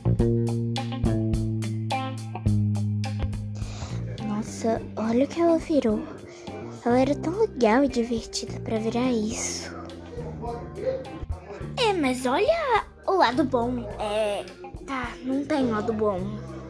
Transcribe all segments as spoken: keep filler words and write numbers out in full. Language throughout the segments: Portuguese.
Nossa, olha o que ela virou. Ela era tão legal e divertida pra virar isso. É, mas olha o lado bom. É, tá, não tem lado bom.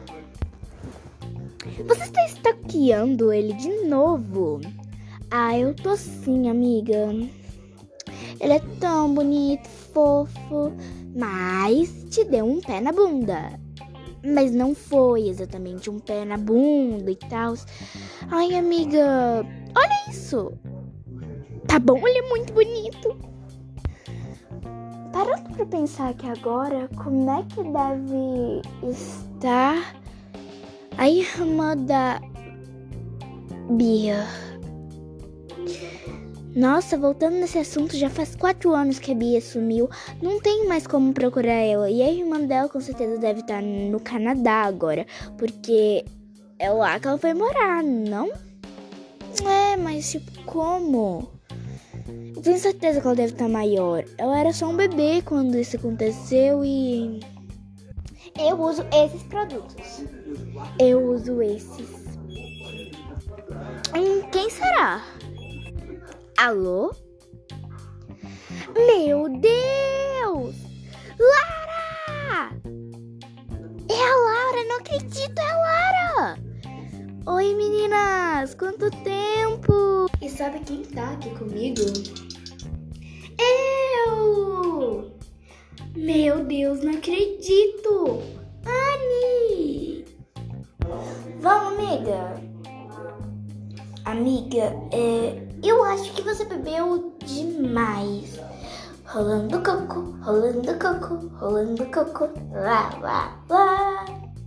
Você está stalkeando ele de novo? Ah, eu tô sim, amiga. Ele é tão bonito, fofo, mas te deu um pé na bunda. Mas não foi exatamente um pé na bunda e tal. Ai, amiga, olha isso. Tá bom, ele é muito bonito. Parando pra pensar aqui agora, como é que deve estar a irmã da Bia? Nossa, voltando nesse assunto, já faz quatro anos que a Bia sumiu. Não tem mais como procurar ela. E a irmã dela com certeza deve estar no Canadá agora. Porque é lá que ela foi morar, não? É, mas tipo, como? Eu tenho certeza que ela deve estar maior. Ela era só um bebê quando isso aconteceu e... Eu uso esses produtos. Eu uso esses. Hum, quem será? Alô? Meu Deus! Lara! É a Lara, não acredito, é a Lara! Oi, meninas! Quanto tempo! E sabe quem tá aqui comigo? Eu! Meu Deus, não acredito! Anne! Vamos, amiga! Amiga, é... eu acho que você bebeu demais. Rolando coco, rolando coco, rolando coco, lá, lá, lá.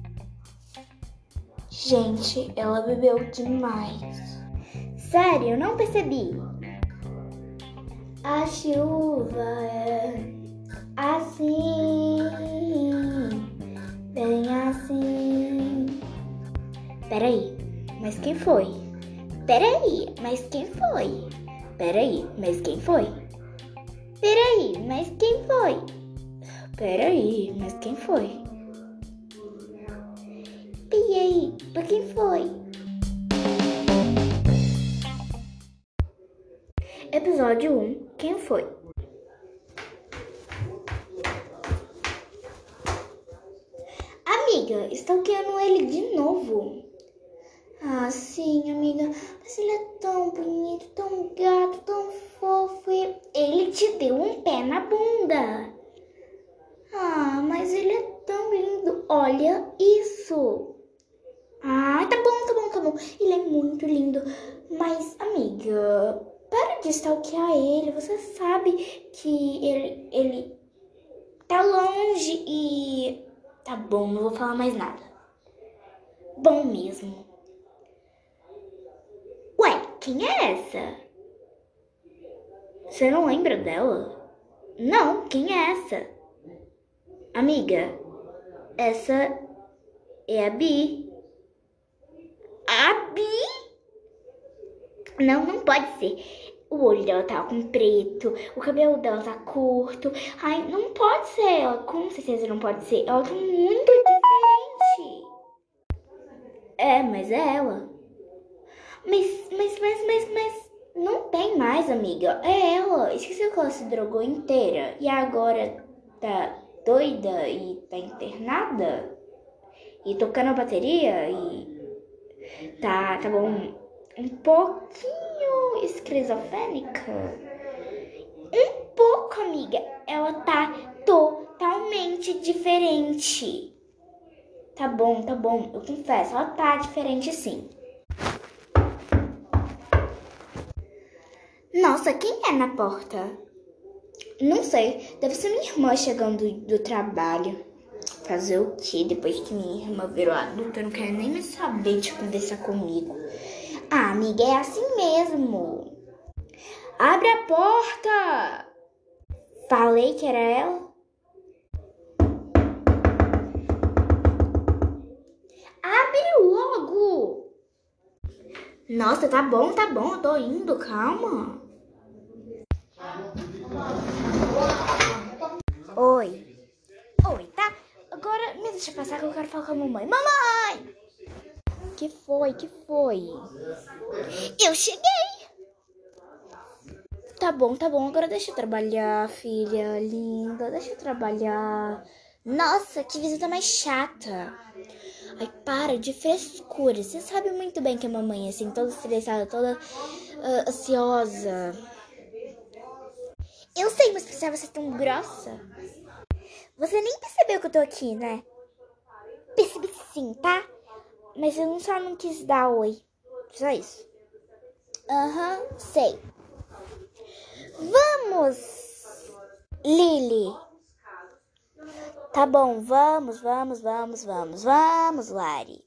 Gente, ela bebeu demais. Sério, eu não percebi. A chuva é assim, bem assim. Peraí, mas quem foi? Peraí, mas quem foi? Peraí, mas quem foi? Peraí, mas quem foi? Peraí, mas quem foi? E aí, pra quem foi? Episódio um, quem foi? Amiga, stalkeando ele de novo. Ah, sim, amiga, mas ele é tão bonito, tão gato, tão fofo e ele te deu um pé na bunda. Ah, mas ele é tão lindo, olha isso. Ah, tá bom, tá bom, tá bom, ele é muito lindo, mas, amiga, para de stalkear ele, você sabe que ele, ele tá longe e... Tá bom, não vou falar mais nada. Bom mesmo. Ué, quem é essa? Você não lembra dela? Não, quem é essa? Amiga, essa é a Bi. A Bi? Não, não pode ser. O olho dela tá com preto, o cabelo dela tá curto. Ai, não pode ser ela, com certeza não pode ser. Ela tá muito diferente. É, mas é ela. Mas, mas, mas, mas, mas, não tem mais, amiga. É ela. Esqueceu que ela se drogou inteira e agora tá doida e tá internada? E tocando a bateria e tá, tá bom, um pouquinho esquizofrênica. Um pouco, amiga. Ela tá totalmente diferente. Tá bom, tá bom. Eu confesso, ela tá diferente sim. Nossa, quem é na porta? Não sei, deve ser minha irmã chegando do trabalho. Fazer o quê depois que minha irmã virou adulta? Eu não quero nem mais saber de conversar comigo. Ah, amiga, é assim mesmo. Abre a porta! Falei que era ela. Abre logo! Nossa, tá bom, tá bom, eu tô indo, calma. Oi. Oi, tá? agora me deixa passar que eu quero falar com a mamãe. Mamãe! Que foi? Que foi? Eu cheguei! Tá bom, tá bom. Agora deixa eu trabalhar, filha linda. Deixa eu trabalhar. Nossa, que visita mais chata. Ai, para de frescura. Você sabe muito bem que a mamãe é assim, toda estressada, toda uh, ansiosa. Eu sei, mas precisava ser tão grossa. Você nem percebeu que eu tô aqui, né? Percebi sim, tá? Mas eu só não quis dar oi. Só isso. Aham, uhum, sei. Vamos, Lily. Tá bom, vamos, vamos, vamos, vamos, vamos, Lari.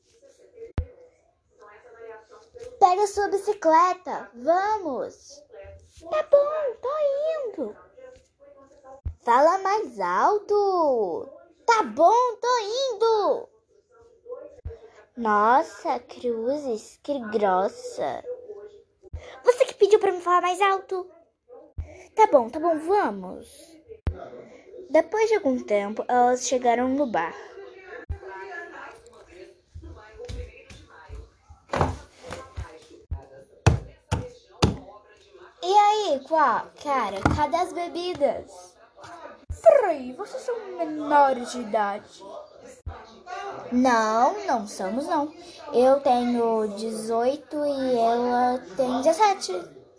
Pega a sua bicicleta, vamos. Tá bom, tô indo. Fala mais alto. Tá bom, tô indo. Nossa, Cruzes, que grossa. Você que pediu pra me falar mais alto. Tá bom, tá bom, vamos. Depois de algum tempo, elas chegaram no bar. E aí, qual? Cara, cadê as bebidas? Peraí, vocês são menores de idade? Não, não somos não. Eu tenho dezoito e ela tem dezessete.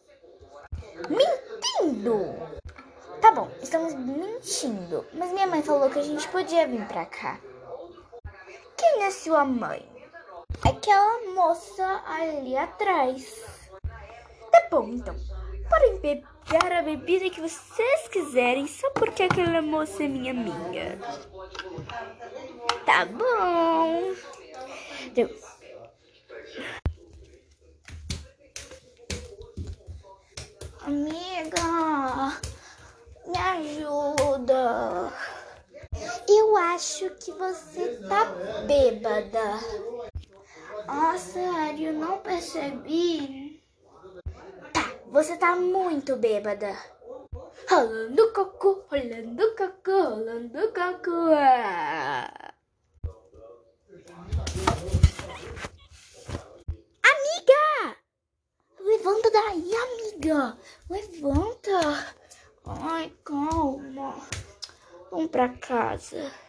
Mentindo! Tá bom, estamos mentindo. Mas minha mãe falou que a gente podia vir pra cá. Quem é sua mãe? Aquela moça ali atrás. Tá bom, então. Podem pegar a bebida que vocês quiserem, só porque aquela moça é minha amiga. Tá bom. Deus. Amiga, me ajuda. Eu acho que você tá bêbada. Ah, sério, não percebi. Tá, você tá muito bêbada. Rolando coco, rolando coco, rolando coco. Ah. Amiga! Levanta daí, amiga. Levanta. Ai, calma. Vamos pra casa.